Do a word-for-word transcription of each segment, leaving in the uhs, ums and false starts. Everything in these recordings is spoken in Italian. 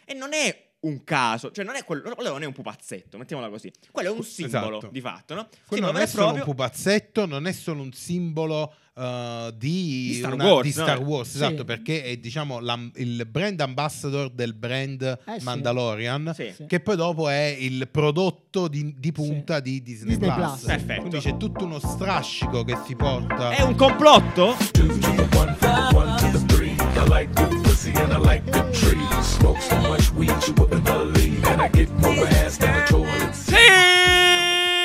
E non è un caso, cioè non è quello, quello non è un pupazzetto, mettiamola così. Quello è un simbolo, esatto. di fatto, no? Quello Simbolo non è solo proprio... un pupazzetto, non è solo un simbolo uh, di, di Star una, Wars, di Star no? Wars Sì. esatto, perché è diciamo la, il brand ambassador del brand Eh, sì. Mandalorian, Sì. che poi dopo è il prodotto di, di punta Sì. di Disney, Disney Plus. Plus. Perfetto. Quindi c'è tutto uno strascico che si porta. È un complotto? Two to the one, from the one to the three. I like good pussy and I like good trees. Smoke so much weed you wouldn't believe, and I get more ass than a toilet seat. Sì!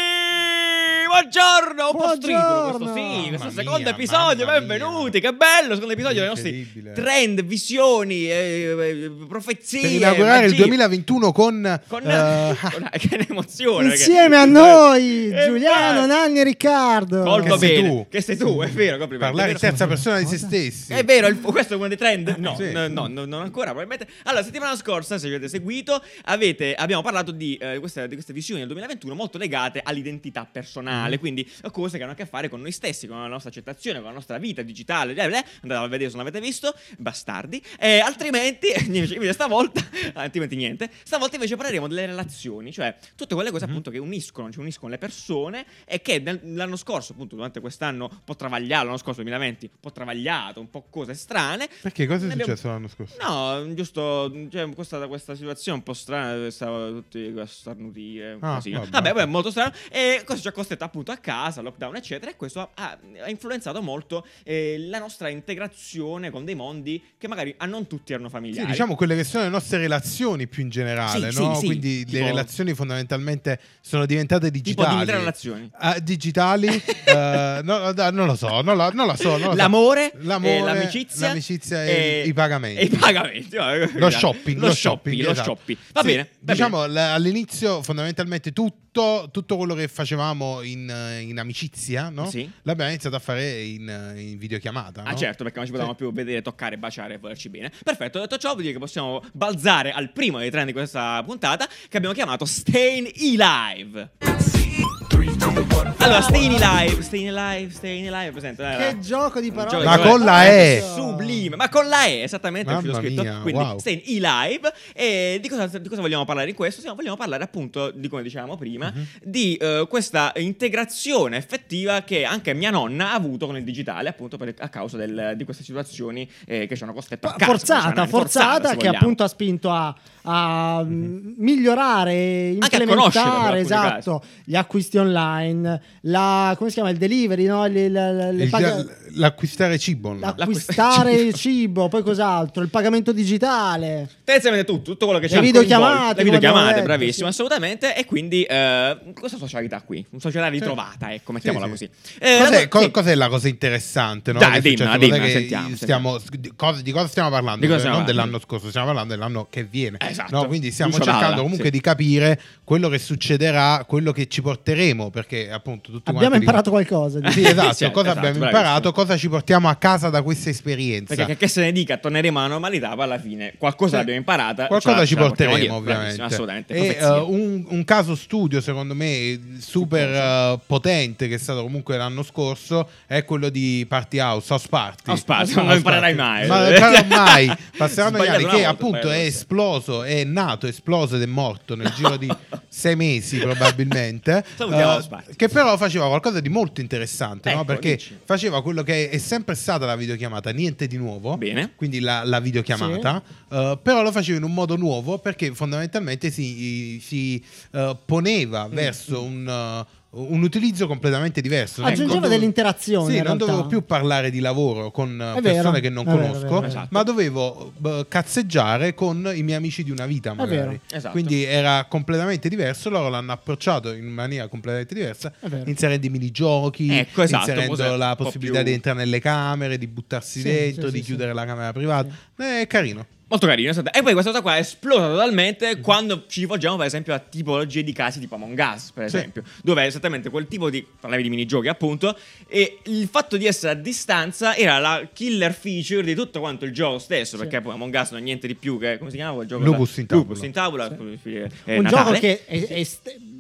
Buongiorno! Un po' stridulo Buongiorno! questo, sì, questo Mamma secondo mia, episodio, mamma benvenuti, mia. che bello, secondo episodio dei nostri Incredibile. trend, visioni, eh, eh, profezie, Per inaugurare il magie. duemilaventuno con, Con, eh, con- che emozione, perché- Insieme a noi, Eh, Giuliano, beh. Nanni e Riccardo. Colto Che sei bene, tu. che sei tu, è vero, complimenti. parlare è in vero. terza persona di se stessi. È vero, il- questo è uno dei trend? No, Sì. no, no, no, non ancora probabilmente. Allora, settimana scorsa, se avete seguito, avete, abbiamo parlato di, eh, queste, di queste visioni del duemilaventuno molto legate all'identità personale, Mm. quindi cose che hanno a che fare con noi stessi, con la nostra accettazione, con la nostra vita digitale. Blah, blah. Andate a vedere se non avete visto, bastardi. Eh, altrimenti, invece, stavolta, altrimenti niente, stavolta invece parleremo delle relazioni, cioè tutte quelle cose Mm. appunto che uniscono, cioè uniscono le persone e che nel- l'anno scorso, appunto, durante quest'anno un po' travagliato, l'anno scorso duemilaventi, un po' travagliato, un po' cose strane. Perché cosa è Ne abbiamo- successo l'anno scorso? No, giusto, cioè, questa, questa situazione un po' strana dove stavano tutti a starnutire, un Ah, casino. vabbè. Vabbè, vabbè, molto strano. E questo ci ha costretto appunto a casa, lockdown, eccetera. E questo ha, ha- ha influenzato molto eh, la nostra integrazione con dei mondi che magari a non tutti erano Sì, familiari. diciamo quelle che sono le nostre relazioni più in generale, Sì, no? sì, sì, Quindi tipo- le relazioni fondamentalmente sono diventate tipo digitali. Dimitri relazioni. Ah, digitali? eh, no, no, non lo so, non la, non la so. Non lo so. L'amore, L'amore, eh, l'amicizia, l'amicizia e i pagamenti. e i pagamenti. Lo shopping, lo lo shopping, shopping, lo esatto. shopping. Va Sì, bene, va diciamo bene. l- all'inizio fondamentalmente tutto, tutto quello che facevamo in, eh, in amicizia, no? Sì. L'abbiamo iniziato a fare in, eh, in videochiamata. Ah, no? certo, perché non ci potevamo Sì. più vedere, toccare, baciare e volerci bene. Perfetto, detto ciò, vuol dire che possiamo balzare al primo dei trend di questa puntata, che abbiamo chiamato Stayin' Alive. Three to the one, Allora, Stayin' Alive, Stayin' Alive, Stayin' Alive, presente? Eh, Che gioco di parole. gioco di Ma parole. con la E. Sublime, ma con la E, esattamente, è Mamma uscito scritto. mia, Quindi, wow. Stayin' Alive. E di cosa, di cosa vogliamo parlare in questo? Sì, vogliamo parlare appunto, di come dicevamo prima, Mhm. di eh, questa integrazione effettiva che anche mia nonna ha avuto con il digitale, appunto per- a causa del- di queste situazioni eh, che ci hanno costretto a casa. Forzata, forzata, se che vogliamo. appunto ha spinto a, a mm, migliorare, Anche a conoscere, per implementare, alcuni esatto, gli acquisti online, la, come si chiama, il delivery, no? Le- le- le- le Il- paga- l'acquistare cibo. no? l'acquistare cibo, poi cos'altro, il pagamento digitale. Tendenzialmente tutto, tutto quello che Le c'è videochiamate, le come videochiamate, abbiamo detto, bravissimo, sì. assolutamente. E quindi eh, questa socialità qui, una socialità ritrovata, ecco, mettiamola Sì, così. sì. Eh, Cos'è, la- co- sì. cos'è la cosa interessante? No? Dai, Che è dimmela, successo? dimmela, Cos'è che sentiamo, stiamo, di, cosa, di cosa stiamo parlando? Di cosa Cioè, stiamo non parlando? dell'anno scorso, stiamo parlando dell'anno che viene. Esatto. No? Quindi stiamo Lucio cercando Dalla, comunque sì. di capire quello che succederà, quello che ci porteremo, perché appunto tutti Abbiamo quanti imparato qualcosa. dicono- Sì, esatto, Sì, cosa esatto, abbiamo bravissimo. imparato, cosa ci portiamo a casa da questa esperienza. Perché che, che se ne dica, torneremo alla normalità, poi alla fine qualcosa Sì. l'abbiamo imparata. Qualcosa ce la- ci ce la portiamo porteremo, dietro. Bravissimo, ovviamente. assolutamente. E profezia. uh, un, un caso studio, secondo me, super uh, potente, che è stato comunque l'anno scorso, è quello di Party House, House Party. House Party, House non Party. imparerai mai. Ma non imparerò mai. Passeranno gli Sbagliato anni una che volta, appunto sbagliato è una esploso, è nato, esploso ed è morto nel giro di sei mesi probabilmente. Salutiamo Uh, House Party. che però faceva qualcosa di molto interessante, no? Ecco, Perché dici. faceva quello che è sempre stata la videochiamata, niente di nuovo. Bene. Quindi la, la videochiamata, uh, però lo faceva in un modo nuovo perché fondamentalmente si, si uh, poneva Mm, verso un, uh, un utilizzo completamente diverso. Aggiungeva Non dovevo- dell'interazione, Sì, in non realtà. dovevo più parlare di lavoro con uh, È persone vero, che non è vero, conosco, è vero. Esatto. ma dovevo uh, cazzeggiare con i miei amici di una vita magari. vero. Esatto. Quindi era completamente diverso, loro l'hanno approcciato in maniera completamente diversa, È vero. inserendo i minigiochi, Ecco, esatto, inserendo cos'è? la Un po' possibilità più- di entrare nelle camere, di buttarsi Sì, dentro, sì, di sì, chiudere sì. la camera privata. È carino. Molto carino, esatto. E poi questa cosa qua è esplosa totalmente quando ci rivolgiamo per esempio a tipologie di casi tipo Among Us, per Sì. esempio, dove è esattamente quel tipo di, parlavi di minigiochi appunto, e il fatto di essere a distanza era la killer feature di tutto quanto il gioco stesso, Sì. perché poi Among Us non è niente di più che, come si chiama quel gioco? Lupus in tavola. Lupus in tavola, Sì. come si dice, eh, Un Natale. gioco che è- è st-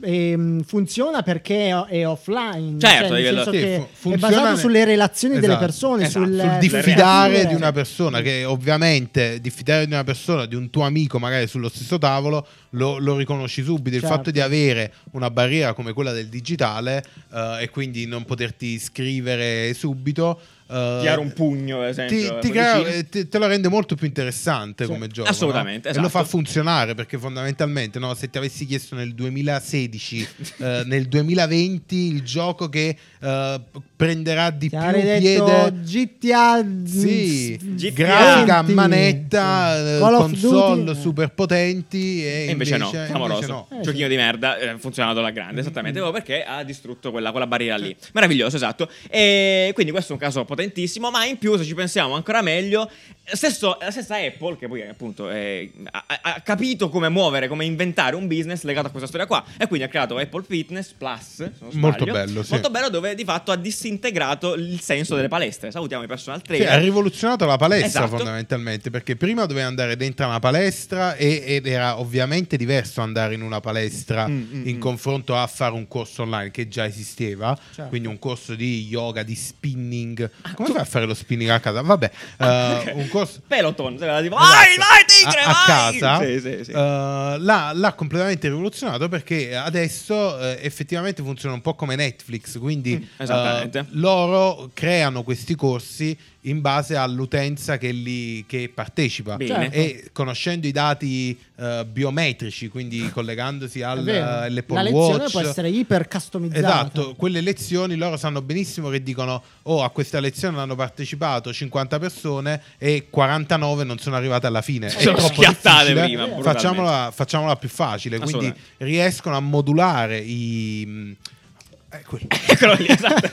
ehm, funziona perché è, è offline, Certo, cioè, nel livello- senso Sì, che fu- è funziona basato ne- sulle relazioni delle Esatto, persone, esatto, sul, sul le diffidare reazioni. di una persona, che ovviamente diffidare di una persona, di un tuo amico magari sullo stesso tavolo, lo, lo riconosci subito. Il Certo. fatto di avere una barriera come quella del digitale eh, e quindi non poterti scrivere subito, eh, Tirare un pugno, per esempio. ti, ti poi crea- vicino. eh, te, te lo rende molto più interessante Sì. come gioco, Assolutamente, no? E lo esatto. fa funzionare, perché fondamentalmente, no, se ti avessi chiesto nel duemilasedici eh, nel duemilaventi il gioco che eh, prenderà di Ti più avrei detto piede, G T A sì, G T A grafica a venti, manetta, sì. eh, Call of console Duty. super potenti, e E invece, no, invece clamoroso. no. Eh, Giochino sì. di merda, eh, funzionato alla grande, esattamente, proprio perché ha distrutto quella, quella barriera lì. Meraviglioso, esatto. E quindi questo è un caso potentissimo, ma in più, se ci pensiamo ancora meglio, stesso, la stessa Apple, che poi appunto è- ha, ha capito come muovere, come inventare un business legato a questa storia qua, e quindi ha creato Apple Fitness Plus, se non sbaglio. Molto bello, sì. Molto bello, dove di fatto ha disintegrato il senso delle palestre. Salutiamo i personal Sì, trainer. ha rivoluzionato la palestra, Esatto. fondamentalmente, perché prima dovevi andare dentro a una palestra e, ed era ovviamente diverso andare in una palestra Mm, mm, in mm. confronto a fare un corso online che già esisteva, Certo. quindi un corso di yoga, di spinning. Come tu- fai a fare lo spinning a casa? Vabbè, eh, un corso... Peloton, sai, tipo, Esatto. vai, vai, tigre, a, a vai! casa Sì, sì, sì. eh, l'ha, l'ha completamente rivoluzionato, perché adesso eh, effettivamente funziona un po' come Netflix, quindi Mm, esattamente. eh, loro creano questi corsi in base all'utenza che, li, che partecipa. Bene. E conoscendo i dati eh, biometrici, quindi collegandosi al, È vero. all'Apple La lezione Watch, può essere iper customizzata. esatto, quelle lezioni loro sanno benissimo che dicono: oh, a questa lezione hanno partecipato cinquanta persone e quarantanove non sono arrivate alla fine. È Sono troppo schiattate difficile, prima, brutalmente. facciamola, facciamola più facile. Quindi Assolutamente. riescono a modulare i... Eh, quello. Eccolo lì, esatto.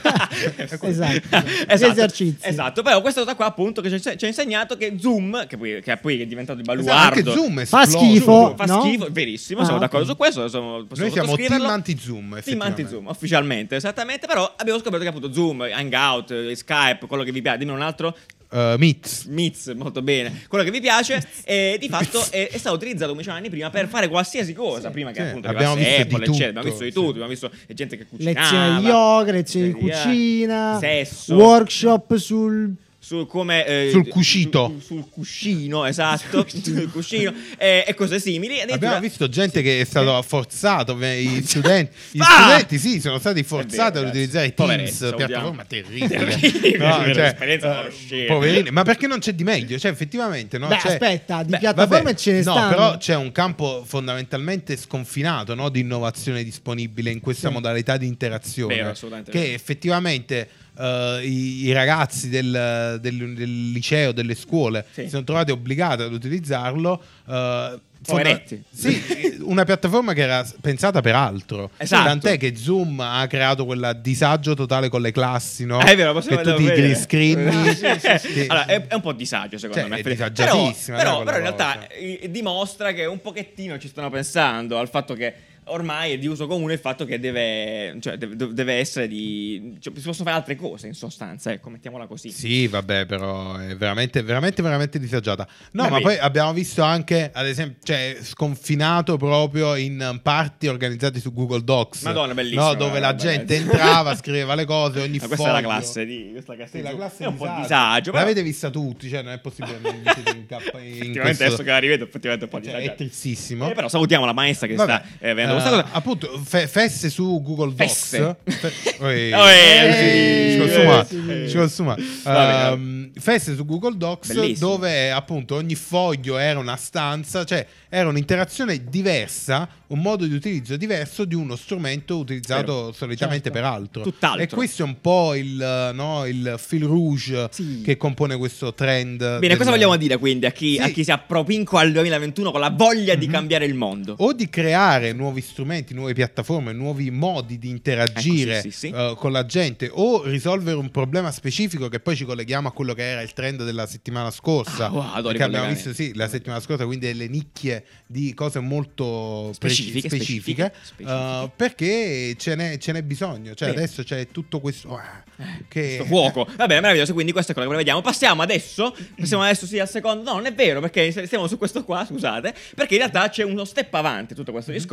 Esatto. Gli esercizi. Esatto, però questa cosa qua appunto che ci, ci ha insegnato che Zoom, che poi, che poi è diventato il Esatto, baluardo, anche Zoom è Fa esploso. schifo. fa no? schifo, verissimo, Ah, siamo ok. d'accordo su questo, siamo, possiamo Noi siamo sottoscriverlo. team anti-Zoom, Team effettivamente. anti-Zoom, ufficialmente, esattamente, però abbiamo scoperto che appunto Zoom, Hangout, eh, Skype, quello che vi piace, dimmi un altro, Uh, Meets. Meets, molto bene, quello che vi piace, e di fatto è, è stato utilizzato, come dicevamo anni prima, per fare qualsiasi cosa, prima che Sì, appunto abbiamo arrivasse visto di Apple, eccetera. tutto, Abbiamo visto di sì. tutto, abbiamo visto gente che cucinava, Lezioni di yoga, lezioni di pizzeria, cucina, sesso, workshop sul... sul come eh, Sul cuscito. sul, sul cuscino, esatto, sul cuscino e, e cose simili. E addirittura- Abbiamo visto gente che è stato forzato, gli studenti, gli Ah! studenti sì, sono stati forzati È vero, ad utilizzare poveretti, Teams, salutiamo. piattaforma terribile. Terribile, No, è vero, cioè, l'esperienza eh, non scema. poverini, ma perché non c'è di meglio? Cioè, effettivamente, no? Beh, C'è- aspetta, di Beh, piattaforme vabbè, ce ne no, stanno. però c'è un campo fondamentalmente sconfinato, no, di innovazione disponibile in questa Sì. modalità di interazione, Vero, assolutamente che vero. effettivamente eh, i, i ragazzi del, del- del liceo, delle scuole Sì. si sono trovati obbligati ad utilizzarlo. eh, fonda- Poveretti. sì, una piattaforma che era pensata per altro. Esatto. Tant'è che Zoom ha creato quel disagio totale con le classi, no? Eh, è vero, possiamo che tu ti vedere. green screen. Sì. Allora, è, è un po' disagio secondo Cioè, me. è Però, disagiatissima, però, no, però in quella realtà cosa. eh, dimostra che un pochettino ci stanno pensando al fatto che ormai è di uso comune il fatto che deve, cioè, deve, deve essere di... Cioè, si possono fare altre cose in sostanza, ecco, mettiamola così. Sì, vabbè, però è veramente, veramente, veramente disagiata. No, Beh, ma vedi. poi abbiamo visto anche, ad esempio, cioè, sconfinato proprio in party organizzati su Google Docs. Madonna, bellissimo, No, dove la vabbè. gente entrava, scriveva le cose, ogni Ma questa è la foglio. classe di... Questa classe Sì, di la Zoom. classe è un po' disagio. disagio, però L'avete vista tutti, cioè non è possibile che non vi siete in cappa in effettivamente questo... adesso che la rivedo effettivamente un po' Cioè, è disagio. tristissimo. Eh, però salutiamo la maestra che Vabbè, sta eh, vedendo eh, questa cosa. appunto, fe- fesse su Google Docs. Fesse. Fe- Oi. Oh, eh, Eh, sì, ci consuma, sì. ci consuma. Vabbè, Ehm, fesse su Google Docs, Bellissimo. dove appunto ogni foglio era una stanza, cioè era un'interazione diversa, un modo di utilizzo diverso di uno strumento utilizzato Vero. solitamente Certo. per altro. Tutt'altro. E questo è un po' il, no, il fil rouge Sì. che compone questo trend. Bene, del- cosa vogliamo dire quindi a chi, Sì. a chi si appropinco al duemilaventuno con la voglia di Mhm. cambiare il mondo? O di creare nuovi strumenti, nuove piattaforme, nuovi modi di interagire Ecco, sì, sì, sì. eh, con la gente, o risolvere un problema specifico, che poi ci colleghiamo a quello che era il trend della settimana scorsa. Ah, wow, adoro i perché abbiamo collegamenti. visto sì, la settimana scorsa, quindi delle nicchie di cose molto Specifiche, preci- specifiche, specifiche. eh, perché ce n'è, ce n'è bisogno. Cioè, Vero. adesso c'è tutto questo ah, che Questo fuoco. Va bene, meraviglioso. Quindi questo è quello che vediamo. Passiamo adesso. Passiamo adesso sì al secondo. No, non è vero, perché stiamo su questo qua, scusate. Perché in realtà c'è uno step avanti tutto questo discorso.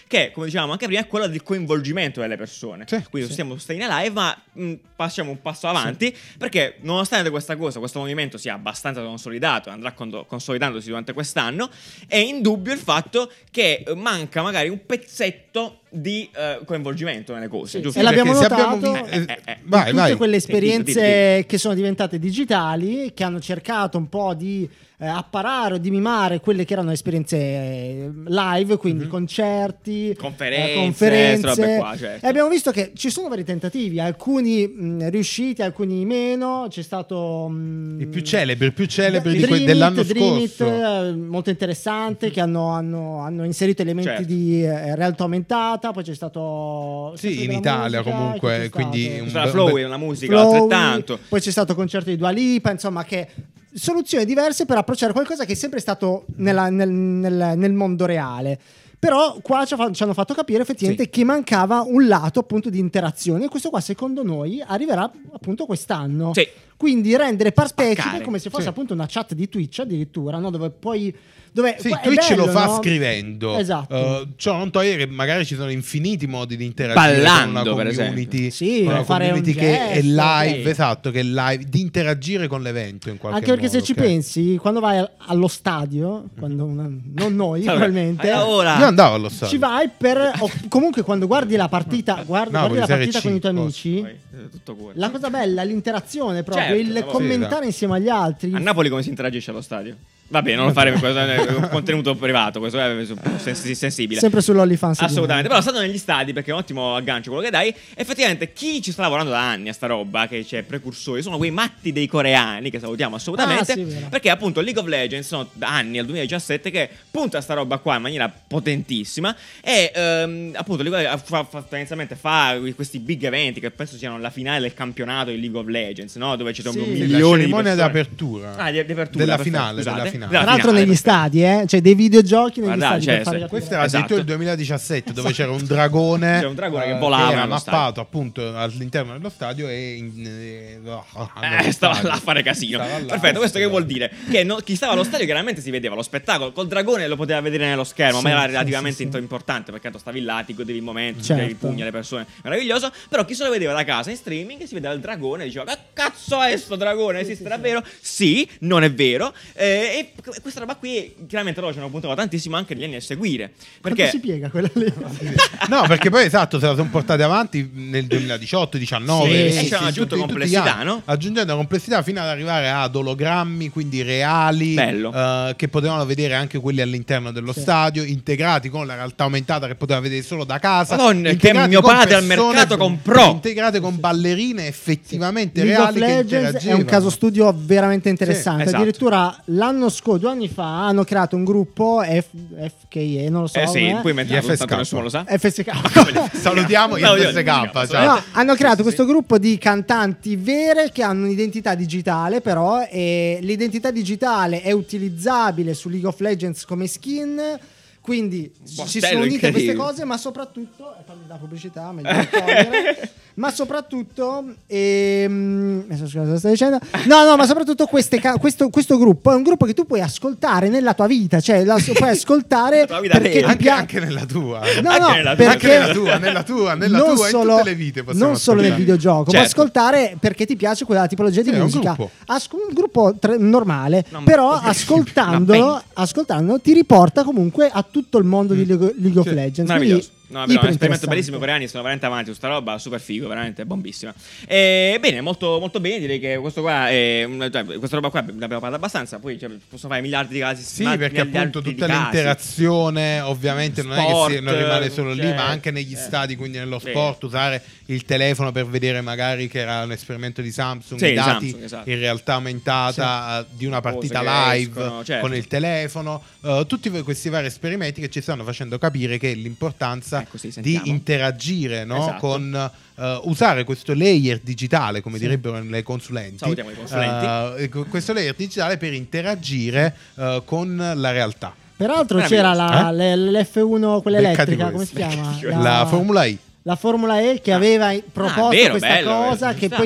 che, come dicevamo anche prima, è quello del coinvolgimento delle persone. Sì, Quindi sì. stiamo staying alive, ma mh, passiamo un passo avanti, perché nonostante questa cosa, questo movimento sia abbastanza consolidato, andrà con- consolidandosi durante quest'anno, è indubbio il fatto che eh, manca magari un pezzetto di eh, coinvolgimento nelle cose, giusto? E l'abbiamo Perché se notato abbiamo vi- eh, eh, eh. vai, tutte vai. quelle Sì, dillo, esperienze dillo, dillo. che sono diventate digitali, che hanno cercato un po' di eh, apparare o di mimare quelle che erano esperienze eh, live, quindi concerti, Conferenze, eh, conferenze. queste robe qua, certo. E abbiamo visto che ci sono vari tentativi, alcuni mh, riusciti, alcuni meno. C'è stato mh, Il più celebre, il più celebre di Dream que- It, dell'anno Dream It, scorso. eh, molto interessante, che hanno, hanno- hanno inserito elementi Certo. di eh, realtà aumentata. Poi c'è stato Sì, Sassi in della Italia musica, comunque, che c'è quindi stato? un Questa è la be- Flow, è una musica Flowy, altrettanto. poi c'è stato il concerto di Dua Lipa, insomma, che soluzioni diverse per approcciare qualcosa che è sempre stato nella- nel, nel- nel mondo reale. Però qua ci, ha fa- ci hanno fatto capire effettivamente Sì. che mancava un lato appunto di interazione, e questo qua secondo noi arriverà appunto quest'anno. Sì. Quindi rendere partecipe Spaccare. come se fosse Sì. appunto una chat di Twitch addirittura, no? Dove poi dove Sì, qua- è Twitch bello, lo fa no? scrivendo. Esatto. Uh, ciò non toglie che magari ci sono infiniti modi di interagire con Ballando, una per community, esempio. Sì, con una fare un community che è gesto, live, sì. esatto, che è live, di interagire con l'evento in qualche Anche perché modo. se ci ok? pensi, quando vai al- allo stadio, quando una- non noi Allora, probabilmente, allora- Io andavo allo stadio. ci vai per o comunque quando guardi la partita, guardi, guardi Napoli, la Serie partita C, con i tuoi posso. amici. Poi, eh, tutto cuore. La cosa bella, l'interazione proprio, Certo, il ma- commentare sì, insieme agli altri. A Napoli come si interagisce allo stadio? Vabbè, non lo faremo, questo è un contenuto privato, questo è sens- sensibile. Sempre sull'OnlyFans. Assolutamente, però stando negli stadi, perché è un ottimo aggancio quello che dai, effettivamente chi ci sta lavorando da anni a sta roba, che c'è precursori, sono quei matti dei coreani, che salutiamo assolutamente, Ah, sì, vero. perché appunto League of Legends sono da anni, al duemiladiciassette, che punta a sta roba qua in maniera potentissima e ehm, appunto League of Legends fa, fa, tendenzialmente fa questi big eventi, che penso siano la finale del campionato di League of Legends, no? Dove ci sono Sì. Sì, la milioni di cerimonia persone. d'apertura. Ah, di, di apertura, Della perfetto, finale, scusate. della finale. Tra Della l'altro finale, negli perfetto. stadi, eh? Cioè dei videogiochi negli Guardate, stadi cioè, per fare sì. capire. Questo era Esatto. addirittura il duemiladiciassette, dove c'era un dragone, C'era un dragone che eh, volava era nello stadio. mappato appunto all'interno dello stadio e in, eh, oh, Eh, stava là a fare casino. Stava là. Perfetto, questo che vuol dire? Che no- chi stava allo stadio chiaramente si vedeva lo spettacolo. Col dragone lo poteva vedere nello schermo, Sì, ma era sì, relativamente sì, sì. int- importante, perché tanto stavi là, ti godevi il momento, ti Certo. davi i pugni alle persone. Meraviglioso. Però chi se lo vedeva da casa in streaming si vedeva il dragone e diceva: che cazzo è sto dragone? Esiste davvero? Sì, non è vero. Eh, e questa roba qui chiaramente loro ci hanno puntato tantissimo anche negli anni a seguire. Quanto Perché si piega quella lì? No, perché poi esatto, se la sono portati avanti nel duemiladiciotto, diciannove, Sì, venti, e ci hanno aggiunto tutti- tutti gli complessità, anni, no? aggiungendo complessità fino ad arrivare ad ologrammi, quindi reali, Bello. eh, che potevano vedere anche quelli all'interno dello Sì. stadio, integrati con la realtà aumentata che poteva vedere solo da casa. Madonna, che integrati mio con padre al persone- mercato comprò. integrate con ballerine effettivamente League of reali che Legends è interagevano. un caso studio veramente interessante. Sì, esatto. Addirittura l'anno scorso, due anni fa, hanno creato un gruppo F- FKE, non lo so. Eh sì, eh? puoi inventarlo, Gli F S K. tanto nessuno lo sa. F S K. Salutiamo gli No, io- F S K, no, ciao. No, hanno creato Sì, sì, questo sì. gruppo di cantanti vere che hanno un'identità digitale, però, e l'identità digitale è utilizzabile su League of Legends come skin. Quindi ci Bordello sono unite queste incredibile. cose, ma soprattutto eh, fammi la pubblicità, meglio non togliere. Ma soprattutto ehm, adesso scusa, cosa stai dicendo? No, no, ma soprattutto queste ca- questo, questo gruppo è un gruppo che tu puoi ascoltare nella tua vita, cioè la puoi ascoltare La tua vita perché vera. ti Anche, piace. anche nella tua. No, Anche no, nella tua. perché Anche nella tua, nella tua, nella non tua, in solo, tutte le vite possiamo non solo nel ascoltare. videogioco, puoi Certo. ascoltare perché ti piace quella tipologia di Sì, è un musica. gruppo. Asco- un gruppo tre- normale, No, ma- però una ascoltandolo, band. ascoltandolo ti riporta comunque a tutto il mondo di League, League of Sì. Legends. Meraviglioso. Quindi, No, è vero, è un iper esperimento interessante. bellissimo. I coreani sono veramente avanti su sta roba, super figo, veramente bombissima. E, bene, molto, molto bene. Direi che questo qua è un- cioè, questa roba qua l'abbiamo parlato abbastanza. Poi cioè, possono fare miliardi di casi. Sì, ma- perché miliardi appunto di tutta casi. l'interazione ovviamente non è che Sport, si- non rimane solo lì, cioè, ma anche negli eh. stadi, quindi nello Sì. sport, usare il telefono per vedere magari che era un esperimento di Samsung, Sì, i dati Samsung, esatto. in realtà aumentata eh, di una Cose partita che live escono, certo. con il telefono, eh, tutti questi vari esperimenti che ci stanno facendo capire che l'importanza Ecco, sì, di sentiamo. interagire, no? Esatto. con eh, usare questo layer digitale, come Sì. direbbero le consulenti, Salutiamo i consulenti. eh, co- questo layer digitale per interagire eh, con la realtà. Peraltro Meraviglioso. c'era la, Eh? le- l'F uno, quella Beccati elettrica, come si questi. chiama? La Formula E. La Formula E che Ah. aveva proposto Ah, vero, questa bello, cosa bello, che ci poi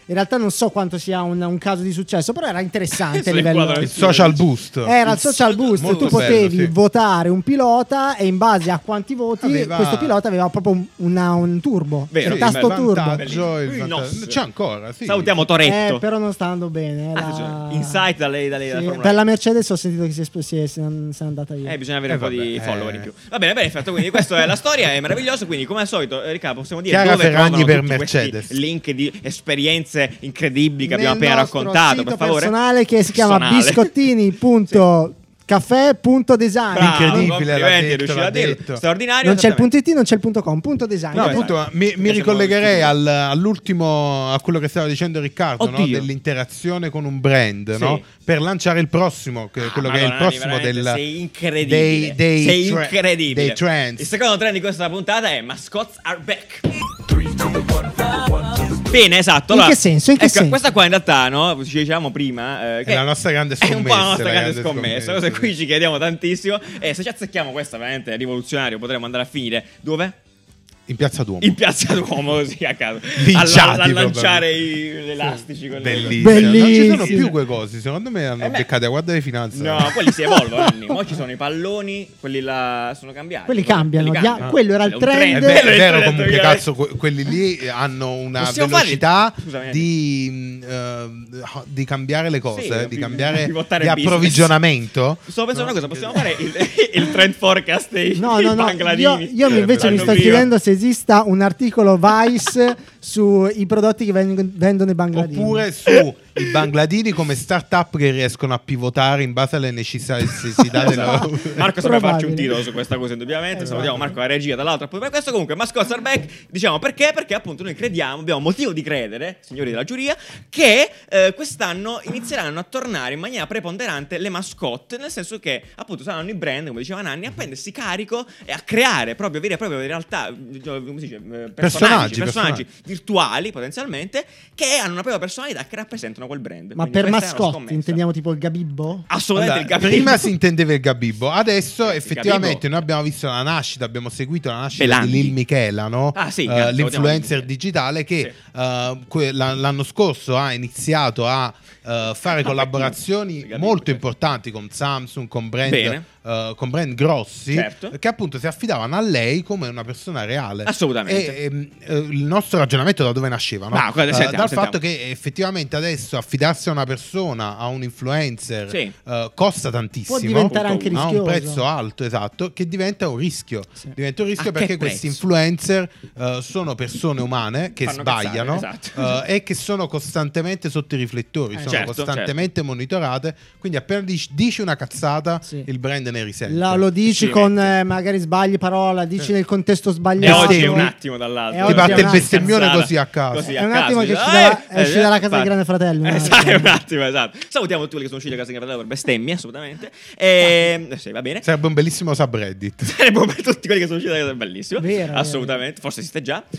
in realtà non so quanto sia un, un caso di successo, però era interessante a livello... Il social boost. Era il social boost, Molto tu potevi bello, sì. votare un pilota e in base a quanti voti Aveva- questo pilota aveva proprio un, una- un turbo, Vero, il sì, tasto il turbo. vantaggio, il Il vantaggio. nos. C'è ancora, sì. Salutiamo Eh, Toretto. però non sta andando bene. eh, Ah, la- cioè, Insight dalle, dalle, Sì, dalla Formula per la E. Mercedes ho sentito che si è, sp- si è, si è se n'è andata via. Eh, bisogna avere Eh, un po' vabbè, di eh. follower in più. Va bene, perfetto. Quindi questa è la storia, è meraviglioso. Quindi, come al solito, eh, Riccardo, possiamo dire Chiara dove Ferragni trovano per tutti questi Mercedes. link di esperienze incredibili che abbiamo Nel appena nostro raccontato, sito per favore. personale che si chiama Personale. biscottini punto caffè punto design. Bravo, Incredibile, l'ha complimenti, detto, riuscito l'ha a dirlo. detto. Straordinario. Non c'è il esattamente. punto it, non c'è il punto com, punto design. No, No, appunto, esatto. mi, mi Siamo ricollegherei stupidi. al- all'ultimo, a quello che stava dicendo Riccardo, no? Oddio. Dell'interazione con un brand, Sì. no? Per lanciare il prossimo, che Ah, quello che è il Madonna, prossimo veramente del, sei incredibile. dei, dei sei tra- incredibile. dei trends. Il secondo trend di questa puntata è Mascots are back. Three to the one, from the one to the Bene, esatto. In allora, che senso? In che ecco, senso? Questa qua in realtà, no? Ci dicevamo prima. eh, che È la nostra grande È un po' la scommessa, nostra la grande grande scommessa. scommessa, Cosa sì. qui ci chiediamo tantissimo. E se ci azzecchiamo questa veramente rivoluzionario, potremmo andare a finire dove? In Piazza Duomo. In Piazza Duomo, così a caso. Linciati a, a proprio. lanciare i, gli elastici. quelli- Bellissimo. Bellissimo. Non ci sono più quei cosi, secondo me hanno Eh beh. beccate a guardia di finanza. No, quelli si evolvono. Anni. Mo' ci sono i palloni, quelli là sono cambiati. Quelli cambiano, Quelli dia- cambiano. quello era il È un trend. È È vero, è Quello vero il comunque, trend, cazzo, que- quelli lì hanno una Possiamo velocità farli- Scusami, di, mh, eh, di cambiare le cose, Sì, di di- cambiare di votare di il business. approvvigionamento. Stavo pensando una cosa, possiamo fare il, il trend forecast dei, No, dei no, no. bangladini? Io, io invece mi L'anno sto prima. chiedendo se esista un articolo Vice sui prodotti che vengono- vendono i bangladini. Oppure su i bangladini come start-up che riescono a pivotare in base alle necessità della Esatto. Marco sapeva farci un Probabile. titolo su questa cosa indubbiamente. Esatto. Salutiamo Marco la regia dall'altra. Poi per questo comunque Mascots are back. Diciamo perché? Perché appunto noi crediamo, abbiamo motivo di credere, signori della giuria, che eh, quest'anno inizieranno a tornare in maniera preponderante le mascotte, nel senso che appunto saranno i brand, come diceva Nanni, a prendersi carico e a creare proprio vere e proprie realtà, eh, come si dice, eh, personaggi, Personaggi, personaggi virtuali potenzialmente che hanno una propria personalità che rappresentano quel brand. Ma Quindi per questa è una mascotti scommessa. intendiamo tipo il Gabibbo? Assolutamente Allora, il Gabibbo. prima si intendeva il Gabibbo, adesso Il effettivamente Gabibbo. noi abbiamo visto la nascita, abbiamo seguito la nascita Belandi. di Lil Michela, no? Ah, sì, Eh, grazie, l'influencer vogliamo dire. digitale che Sì. eh, que- la- l'anno scorso ha iniziato a eh, fare Il collaborazioni Gabibbo, molto certo. importanti con Samsung, con brand, Bene. eh, con brand grossi, Certo. che appunto si affidavano a lei come una persona reale. Assolutamente. E, ehm, eh, il nostro ragionamento da dove nasceva? No? Ah, guarda, Eh, sentiamo, dal sentiamo. fatto che effettivamente adesso affidarsi a una persona, a un influencer, Sì. eh, costa tantissimo. Può diventare Punto anche uno. Ha un rischioso. prezzo alto, esatto, che diventa un rischio. Sì. Diventa un rischio A perché che questi prezzo? influencer eh, sono persone umane che Fanno sbagliano, cazzate, esatto. eh, e che sono costantemente sotto i riflettori, Eh, sono certo, costantemente monitorate. Quindi appena dici, dici una cazzata, Sì. il brand ne risente. La- lo dici Sì, con mette. eh, magari sbagli parola, dici nel contesto E sbagliato. oggi è Bestemmi. un attimo dall'altro. E Ti oggi parte è il una bestemmione cazzata. così a caso. Così È un a attimo caso. che esci Eh, dalla- eh, esci dalla casa del infatti. Grande Fratello, un Eh, attimo. sai, un attimo, esatto. Salutiamo tutti quelli che sono usciti da casa del Grande Fratello per bestemmie, assolutamente. E, eh, sì, va bene. Sarebbe un bellissimo subreddit. Sarebbe per tutti quelli che sono usciti da casa, bellissimo. Vero, Assolutamente, vero. forse esiste già.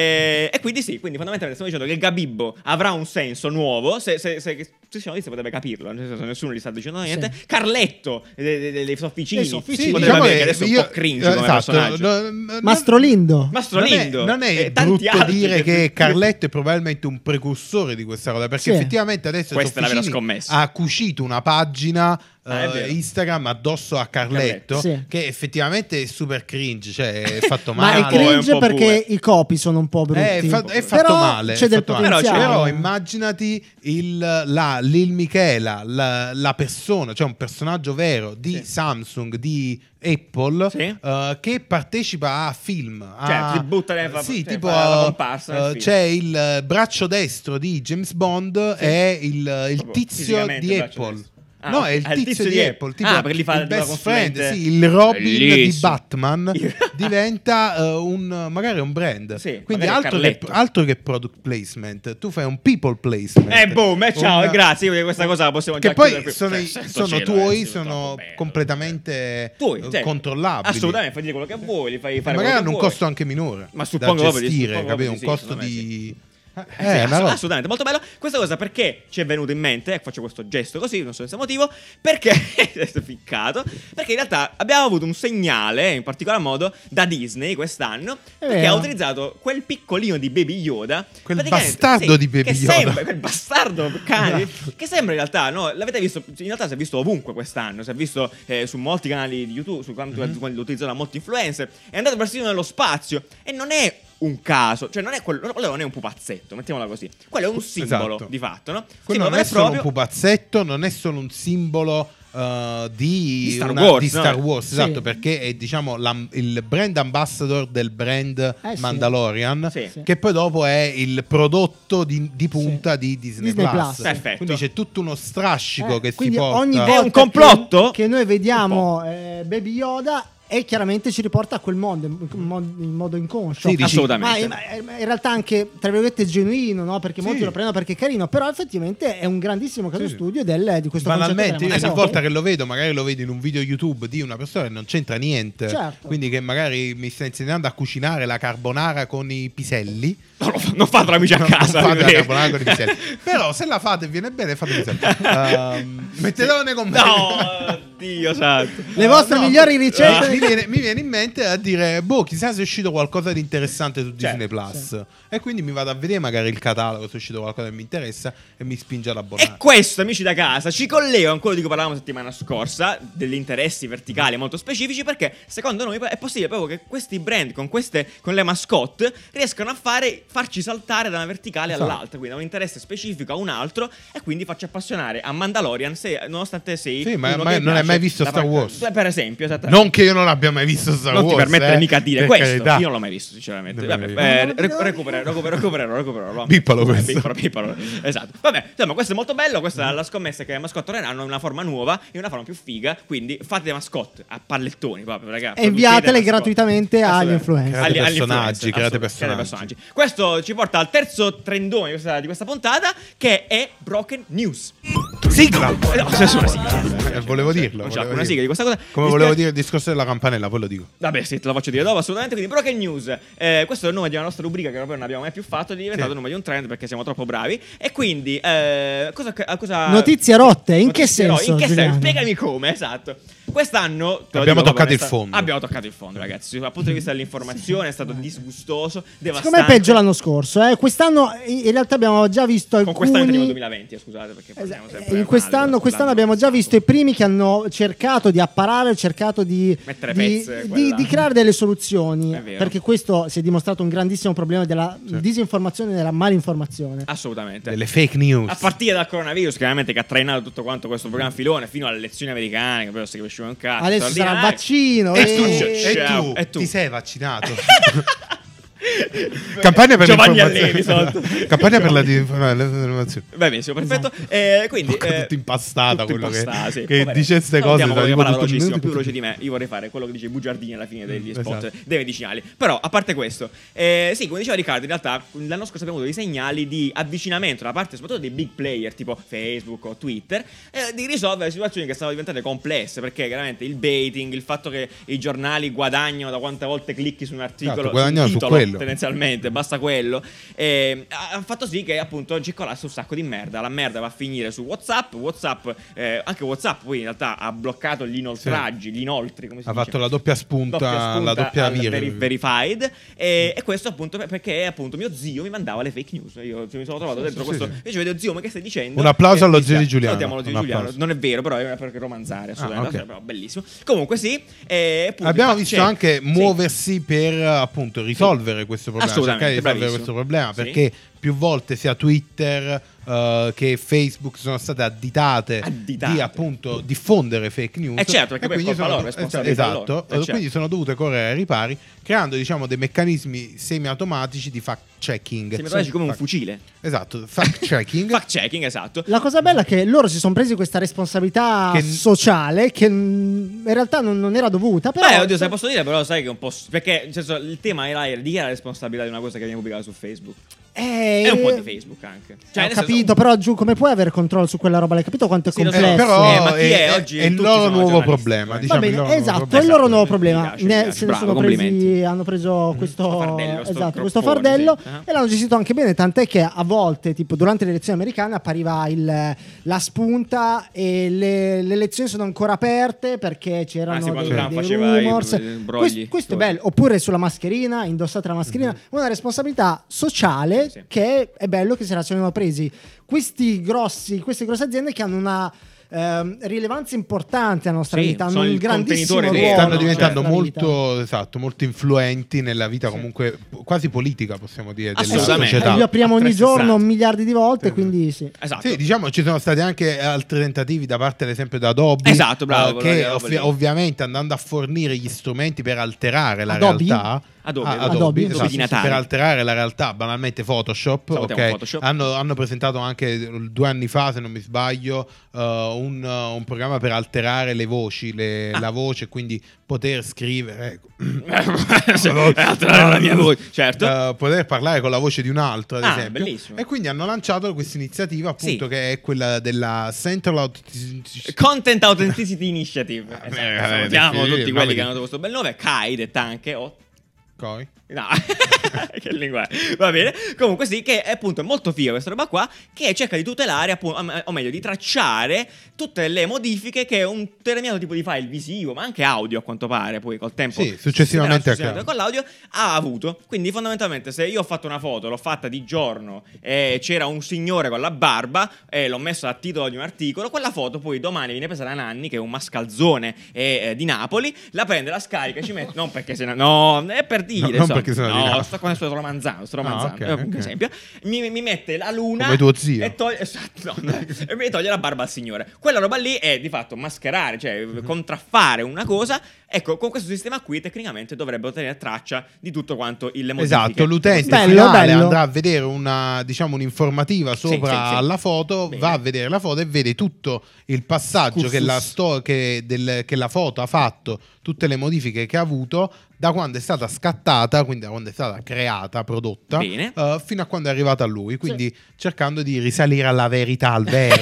E, e quindi sì, quindi fondamentalmente stiamo dicendo che il Gabibbo avrà un senso nuovo. Se, se, se, se ci sono liste potrebbe capirlo, nel senso nessuno gli sta dicendo niente. Sì. Carletto dei, dei, dei sofficini, Dei sofficini. Sì, potrebbe diciamo avere, che che adesso è un io- po' cringe eh, come esatto, personaggio. no, no, Mastrolindo. Mastrolindo. Non è, non è E tanti brutto altri dire che- che Carletto è probabilmente un precursore di questa cosa, perché Sì. effettivamente adesso Questa è la vera Sofficini scommessa. ha cucito una pagina Ah, è eh, vero. Instagram addosso a Carletto, Carletto. Sì. che effettivamente è super cringe, cioè è fatto Ma male. è un po' è un cringe po' perché boomer. i copy sono un po' brutti. È, fa- è fatto Però male, c'è è del fatto male. potenziale. Però immaginati il, la Lil Michela, la, la persona, cioè un personaggio vero di Sì. Samsung, di Apple, Sì. eh, che partecipa a film. Cioè, a- si butta nel- fa- sì, cioè, tipo fa la eh, comparsa nel eh, film. c'è il eh, braccio destro di James Bond, Sì. è il, il Proprio tizio fisicamente di il braccio Apple. destro. Ah, no, ok. è il Ah, il tizio, tizio di di Apple, tipo Ah, perché gli fa il la best friend, consulente. sì, il Robin di Bellissimo. Batman diventa eh, un magari un brand. Sì, Quindi magari altro che, Carletto. altro che product placement, tu fai un people placement. Eh, boom, eh, ciao, Un- grazie. Io questa cosa la possiamo Che già poi chiudere qui. sono, Cioè, i- santo sono cielo, tuoi, eh, sì, sono troppo bello. completamente Tuoi, eh, cioè, controllabili. Assolutamente, fai dire quello che vuoi, li fai fare magari quello hanno che un vuoi. costo anche minore Ma suppongo da proprio di- gestire, suppongo capito? proprio Un di sì, costo secondo me di Eh, è una roba. Assolutamente, molto bello. Questa cosa perché ci è venuto in mente, ecco, faccio questo gesto così, non so senza motivo, perché è ficcato, perché in realtà abbiamo avuto un segnale, in particolar modo, da Disney quest'anno, perché vero. ha utilizzato quel piccolino di Baby Yoda, Quel praticamente, bastardo sì, di Baby che Yoda. Sembra, quel bastardo cane, che sembra in realtà, no, l'avete visto, in realtà si è visto ovunque quest'anno, si è visto eh, su molti canali di YouTube, su quanto Mm-hmm. lo utilizzano molti influencer, è andato persino nello spazio e non è un caso, cioè non è quello, quello non è un pupazzetto, mettiamola così. Quello è un simbolo Esatto. di fatto, no? Quello Simbolo non è vero e solo un proprio. pupazzetto, non è solo un simbolo uh, di, Di Star una- Wars, di Star no? Wars, Sì. esatto, perché è diciamo l'am- il brand ambassador del brand Eh sì. Mandalorian, Sì. Sì. che poi dopo è il prodotto di, di punta di Disney, Disney Plus. Plus. Perfetto. Quindi c'è tutto uno strascico Eh, che si quindi porta. ogni È volta un complotto? che, che noi vediamo eh, Baby Yoda e chiaramente ci riporta a quel mondo in mod- in modo inconscio. Sì, dici- Assolutamente. Ma, è- ma è in realtà anche tra virgolette genuino, no? Perché Sì. molti lo prendono perché è carino, però effettivamente è un grandissimo caso Sì. studio del, di questo Banalmente, concetto io della ogni mascotte. volta che lo vedo, magari lo vedo in un video YouTube di una persona che non c'entra niente, Certo. quindi che magari mi sta insegnando a cucinare la carbonara con i piselli. Non, lo fa- non fatelo amici a Non casa. fate la quindi- carbonara con i piselli. Però se la fate e viene bene, fatemi sapere. Um, mettetelo nei commenti. No, Dio santo. Le vostre No, migliori ricette. eh, mi, viene, mi viene in mente a dire, boh, chissà se è uscito qualcosa di interessante su Certo, Disney Plus. E quindi mi vado a vedere magari il catalogo, se è uscito qualcosa che mi interessa e mi spinge ad abbonare. E questo, amici da casa, ci collego a quello di cui parlavamo settimana scorsa, degli interessi verticali molto specifici, perché secondo noi è possibile proprio che questi brand con queste con le mascotte riescano a fare farci saltare da una verticale Esatto. all'altra, quindi da un interesse specifico a un altro, e quindi farci appassionare a Mandalorian, se, nonostante sei Sì, ma- uno ma che non hai piace mai visto la Star parte- Wars? Beh, per esempio, esattamente. Non che io non abbia mai visto Star Non Wars. ti permettere eh, mica di dire per questo. carità. Io non l'ho mai visto, sinceramente. Nemmeno Vabbè, io. eh, No, re- no, recupero, recupero, recupero, recupero. Pippalo questo. Pippalo, pippalo. Esatto. Vabbè, insomma, questo è molto bello. Questa è la scommessa che le mascotte torneranno in una forma nuova, in una forma più figa. Quindi fate le mascotte a pallettoni proprio, ragazzi. E inviatele Producete le gratuitamente mascotte. agli Assolutamente. influencer. Create Agli- agli personaggi, influencer, create assolutamente, personaggi. Questo ci porta al terzo trendone di questa, di questa puntata, che è Broken News. Sigla! Eh, no, nessuna sigla. Eh, volevo dirlo. Non c'è volevo alcuna sigla di questa cosa. Come Mi volevo spiace- dire il discorso della campanella, poi lo dico. Vabbè, sì, te lo faccio dire dopo, assolutamente. Quindi, Broken News. Eh, questo è il nome di una nostra rubrica che proprio non abbiamo mai più fatto. È diventato Sì. il nome di un trend perché siamo troppo bravi. E quindi, eh, cosa, cosa. Notizie rotte, in che Notizie rotte, senso, In che senso? Giuliano? Spiegami come, esatto. Quest'anno te lo Abbiamo dico toccato proprio il onesta- fondo. Abbiamo toccato il fondo, ragazzi. Dal punto di vista dell'informazione è stato disgustoso, devastante. Secondo me è peggio l'anno scorso. Eh. Quest'anno in realtà abbiamo già visto Con alcuni. quest'anno teniamo il duemilaventi, eh, scusate, perché Esatto. parliamo sempre In male, quest'anno, però quest'anno sull'anno abbiamo già passato. visto i primi che hanno cercato di apparare, cercato di, Mettere di, pezze, di- quella. di creare delle soluzioni. È vero. Perché questo si è dimostrato un grandissimo problema della disinformazione e della malinformazione. Assolutamente. Delle fake news. A partire dal coronavirus, chiaramente, che ha trainato tutto quanto questo programma filone fino alle elezioni americane, che poi non si capisce un cazzo. Adesso sarà il straordinario. vaccino. E e- tu, e- e Ciao, tu, e tu. ti sei vaccinato? Campagna per Giovanni l'informazione. Allevi sotto. Campagna per la disinformazione. Va benissimo, perfetto. Eh, quindi, eh, Tutto impastata tutto quello che- impastata, sì. che Poveretto. dice queste Salutiamo cose, quello che tipo parla tutto velocissimo, minuto, più tutto- veloce di me. Io vorrei fare quello che dice Bugiardini alla fine degli Mm, spot esatto. dei medicinali. Però, a parte questo, eh, sì, come diceva Riccardo, in realtà l'anno scorso abbiamo avuto dei segnali di avvicinamento da parte soprattutto dei big player tipo Facebook o Twitter, eh, di risolvere situazioni che stavano diventando complesse, perché chiaramente il baiting, il fatto che i giornali guadagnano da quante volte clicchi su un articolo, Esatto, guadagnano sul su titolo, quello. tendenzialmente, basta quello, eh, ha fatto sì che appunto circolasse un sacco di merda. La merda va a finire su WhatsApp. WhatsApp, eh, anche WhatsApp poi in realtà ha bloccato gli inoltraggi, gli inoltri, come si Ha dice? fatto la doppia spunta, Doppia spunta la doppia al vir- veri- verified, e, e questo appunto per- perché appunto mio zio mi mandava le fake news. Io mi sono trovato dentro sì, questo. sì. Io ci vedo, zio, ma che stai dicendo? Un applauso E allo mi zio di spiace. Giuliano. Salutiamo lo zio di Un Giuliano. applauso. Non è vero, però è per romanzare assolutamente. Ah, ok. Però bellissimo. Comunque sì. E, appunto, Abbiamo fact visto check. anche Sì. muoversi per appunto risolvere questo problema, Assolutamente, cercare di risolvere bravissimo. questo problema, Sì. perché più volte sia Twitter eh, che Facebook sono state additate, Additate. di appunto diffondere fake news. Eh certo, perché E poi è quindi colpa sono loro, do- responsabilità esatto, loro. Eh e certo. quindi sono dovute correre ai ripari, creando diciamo dei meccanismi semi-automatici di fact checking. Sembra quasi come un fucile. Esatto, fact checking. Fact checking, esatto. La cosa bella è che loro si sono presi questa responsabilità Che- sociale che mm, in realtà non, non era dovuta. Però Beh, oddio, se posso dire, però sai che è un po'. Perché nel senso, il tema era di chi era la responsabilità di una cosa che viene pubblicata su Facebook. Eh, E un po' di Facebook anche. Cioè, ho nel capito, senso, però giù come puoi avere controllo su quella roba? L'hai capito quanto è Sì, lo so, complesso? però Eh, ma chi è è, oggi? è il Tutti loro sono nuovo giornalisti, problema. eh. Diciamo, Va il bene, loro nuovo esatto, problema. è il loro nuovo Mi problema. piace, mi Ne- piace. se ne Bravo, sono presi, complimenti. hanno preso questo, fardello, sto esatto, questo croppone, fardello sì. Ah. e l'hanno gestito anche bene. Tant'è che a volte, tipo durante le elezioni americane, appariva il, la spunta e le, le elezioni sono ancora aperte perché c'erano Ah, sì, quando dei, Trump dei faceva i- rumors. i brogli. questo, questo è bello. Oppure sulla mascherina, indossate la mascherina, una responsabilità sociale Sì. che è bello che se la siano presi questi grossi, queste grosse aziende che hanno una ehm, rilevanza importante nella nostra Sì, vita, hanno sono un il grandissimo contenitore ruolo vero, Stanno nella diventando nostra vita. molto, esatto, molto influenti nella vita comunque quasi politica, possiamo dire, della Assolutamente. società. Li apriamo A ogni trecentosessanta. giorno miliardi di volte, quindi sì. Esatto. Sì, diciamo ci sono stati anche altri tentativi da parte, ad esempio, da Adobe, Esatto, bravo, eh, volevo che dire ovvi- proprio lì. ovviamente andando a fornire gli strumenti per alterare la Adobe? realtà. Adobe, Ah, Adobe. Adobe, esatto, di sì, Natale. per alterare la realtà, banalmente Photoshop, Salutiamo ok? Photoshop. Hanno, hanno presentato anche due anni fa, se non mi sbaglio, uh, un, uh, un programma per alterare le voci, le- Ah. la voce, quindi poter scrivere, ecco. Sì, alterare la mia voce, certo. Uh, poter parlare con la voce di un altro, ad Ah, esempio. bellissimo. E quindi hanno lanciato questa iniziativa, appunto, Sì. che è quella della Central Aut- Content Authenticity Initiative. Eh, Esatto, eh, salutiamo sì, tutti ma quelli vedi. che hanno dato questo bel nome. Kai, detta anche. Oh, Coi. no, che lingua è? Va bene. Comunque sì, che è appunto molto figa questa roba qua, che cerca di tutelare, appunto, o meglio, di tracciare tutte le modifiche che un determinato tipo di file visivo, ma anche audio a quanto pare, poi col tempo Sì, successivamente si vedrà, anche con l'audio, ha avuto. Quindi fondamentalmente se io ho fatto una foto, l'ho fatta di giorno e c'era un signore con la barba e l'ho messo a titolo di un articolo, quella foto poi domani viene presa da Nanni, che è un mascalzone eh, eh, di Napoli, la prende, la scarica, ci mette, non perché se ne, no, è per dire, No, non insomma. perché sono di no, Napoli. sto con sto romanzando, sto Ah, romanzando, ok, eh, ok. per esempio, mi, mi mette la luna Come tuo zio. e toglie, esatto, no, no, e mi toglie la barba al signore. Quella roba lì è di fatto mascherare, cioè Mhm. contraffare una cosa. Ecco, con questo sistema qui tecnicamente dovrebbero tenere traccia di tutto quanto il le modifiche. Esatto, l'utente Bello, finale bello. andrà a vedere una, diciamo, un'informativa sopra sì, sì. alla foto, Bene. va a vedere la foto e vede tutto il passaggio Excursus. che la, sto- che, del- che la foto ha fatto, tutte le modifiche che ha avuto da quando è stata scattata, quindi da quando è stata creata, prodotta, Bene. eh, fino a quando è arrivata a lui, quindi cercando di risalire alla verità, al vero.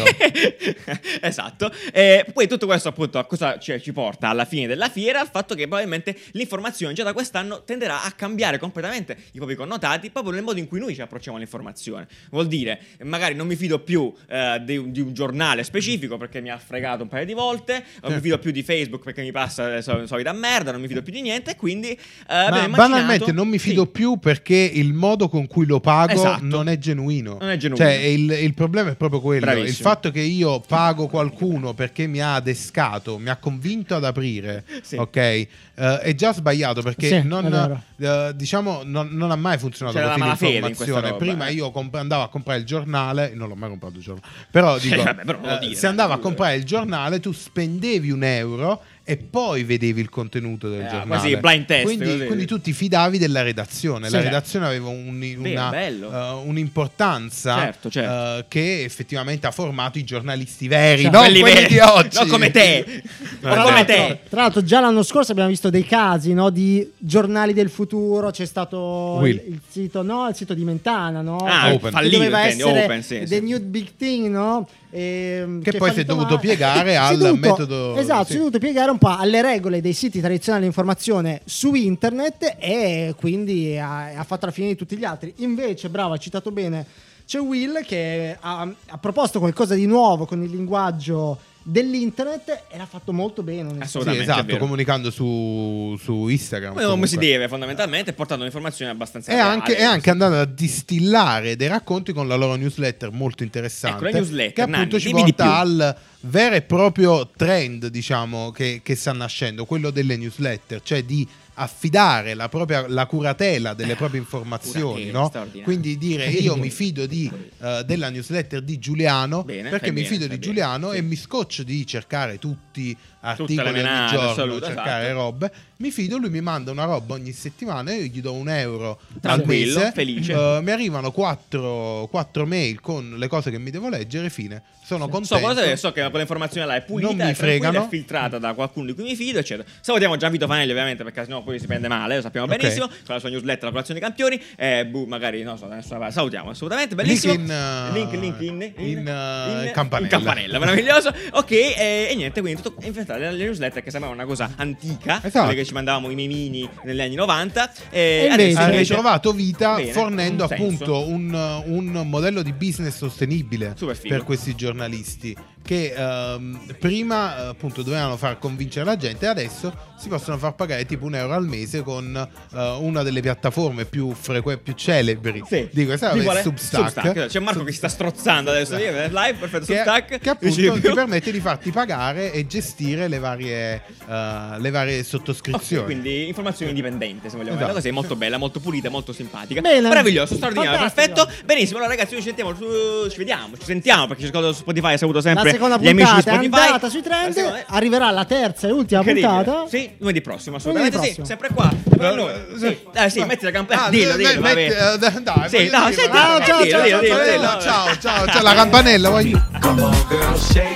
Esatto. E poi tutto questo appunto a cosa ci, ci porta alla fine della fiera? Al fatto che probabilmente l'informazione già da quest'anno tenderà a cambiare completamente i propri connotati proprio nel modo in cui noi ci approcciamo all'informazione. Vuol dire, magari non mi fido più eh, di, un- di un giornale specifico perché mi ha fregato un paio di volte, non mi fido più di Facebook perché mi passa la sol- solita merda, non mi fido più di niente e quindi eh, Ma abbiamo immaginato- banalmente non mi fido Sì. più perché il modo con cui lo pago Esatto. non è genuino. Non è genuino. Cioè, il, il problema è proprio quello. Bravissimo. Il fatto che io pago qualcuno perché mi ha adescato, mi ha convinto ad aprire, Sì. ok? eh, è già sbagliato perché Sì, non, è vero. eh, diciamo, non, non ha mai funzionato C'era così la malafede in questa l'informazione. roba, Prima eh. io comp- andavo a comprare il giornale, non l'ho mai comprato il giornale, però dico, Vabbè, però non lo eh, dire, se andavo a dai. comprare il giornale, tu spendevi un euro e poi vedevi il contenuto del Eh, giornale. quasi blind test, Quindi, così. quindi tu ti fidavi della redazione. La Sì. redazione aveva un- Vero, una, bello. eh, un'importanza Certo, certo. eh, che effettivamente ha formato i giornalisti veri, Cioè, non quelli quelli veri, di oggi. non come te. No, Non Tra come l'altro- te. Tra l'altro, già l'anno scorso abbiamo visto dei casi, no, di giornali del futuro. C'è stato Will. il, il sito, no, il sito di Mentana, no? Ah, Open. Che fallito, doveva intendi, essere open, sì, the sì. new big thing, no? Ehm, Che è poi si è fallito dovuto male. piegare Si è al dovuto- metodo- Esatto, sì. si è dovuto piegare un po' alle regole dei siti tradizionali di informazione su internet e quindi ha, ha fatto la fine di tutti gli altri. Invece, bravo, ha citato bene, c'è Will che ha, ha proposto qualcosa di nuovo con il linguaggio dell'internet e l'ha fatto molto bene. onestamente. Sì, Assolutamente, è esatto, vero. comunicando su, su Instagram. Come, come si comunque. deve fondamentalmente, portando un'informazione abbastanza E reale. anche, è anche andato a distillare dei racconti con la loro newsletter molto interessante. Ecco, la newsletter, che appunto Nanni, ci dimmi di porta più. al vero e proprio trend, diciamo, che, che sta nascendo, quello delle newsletter, cioè di affidare la propria la curatela delle proprie informazioni, Curatela, no? straordinario. Quindi dire io mi fido di, eh, della newsletter di Giuliano Bene, perché fai mi bene, fido fai di bene, Giuliano sì. e mi scoccio approach di cercare tutti articoli ogni menate, giorno, assoluto, cercare esatto. robe, mi fido, lui mi manda una roba ogni settimana, io gli do un euro al Tranquillo, mese, felice. eh, mi arrivano quattro, quattro mail con le cose che mi devo leggere, fine, sono So, contento. cosa, so che quell'informazione là è pulita, Non mi è tranquilla, fregano. è filtrata da qualcuno di cui mi fido, eccetera. Salutiamo Gianvito Fanelli, ovviamente, perché sennò poi si prende male, lo sappiamo Ok. benissimo, con la sua newsletter, la colazione dei campioni. Eh, buh, magari, non so, da nessuna parte. Salutiamo, assolutamente, bellissimo. Link in, uh, link, link in, in, uh, in- campanella. in campanella, meraviglioso. Ok, eh, e niente, quindi tutto infatti le, le newsletter che sembravano una cosa antica, Esatto. quelle che ci mandavamo i memini negli anni novanta. E E invece- adesso Ha invece ritrovato vita Bene, fornendo un senso. appunto un, un modello di business sostenibile Super figo. per questi giornalisti che ehm, prima eh, appunto dovevano far convincere la gente, adesso si possono far pagare tipo un euro al mese con eh, una delle piattaforme più frequenti, più celebri Sì. di questa Di è quale? Substack. Substack. C'è Marco che si sta strozzando adesso live, perfetto, Che, Substack. che appunto Dici di ti più? permette di farti pagare e gestire le varie, eh, le varie sottoscrizioni. Ok, quindi informazione indipendente, se vogliamo Esatto. dire così, molto bella, molto pulita, molto simpatica. Bene. Meraviglioso, straordinario, Fantastico. perfetto. Benissimo, allora ragazzi, ci sentiamo su ci vediamo, ci sentiamo perché ci ascolto su Spotify, ha saluto La sempre seconda gli amici di puntata è Spotify. andata sui La trend, seconda- arriverà la terza e ultima Incredibile. puntata. Sì, lunedì prossimo, Lunedì assolutamente prossimo. sì, sempre qua. sempre con noi. Sì. Eh sì, metti la campanella. Ah, dillo, me- dillo, me- vabbè. eh, dai, dai, Sì, voglio no, dire, senti, ma- ciao, dillo, ciao, dillo, ciao, dillo, ciao, dillo. ciao, ciao, ciao, la campanella, voglio. Come on, girl, shake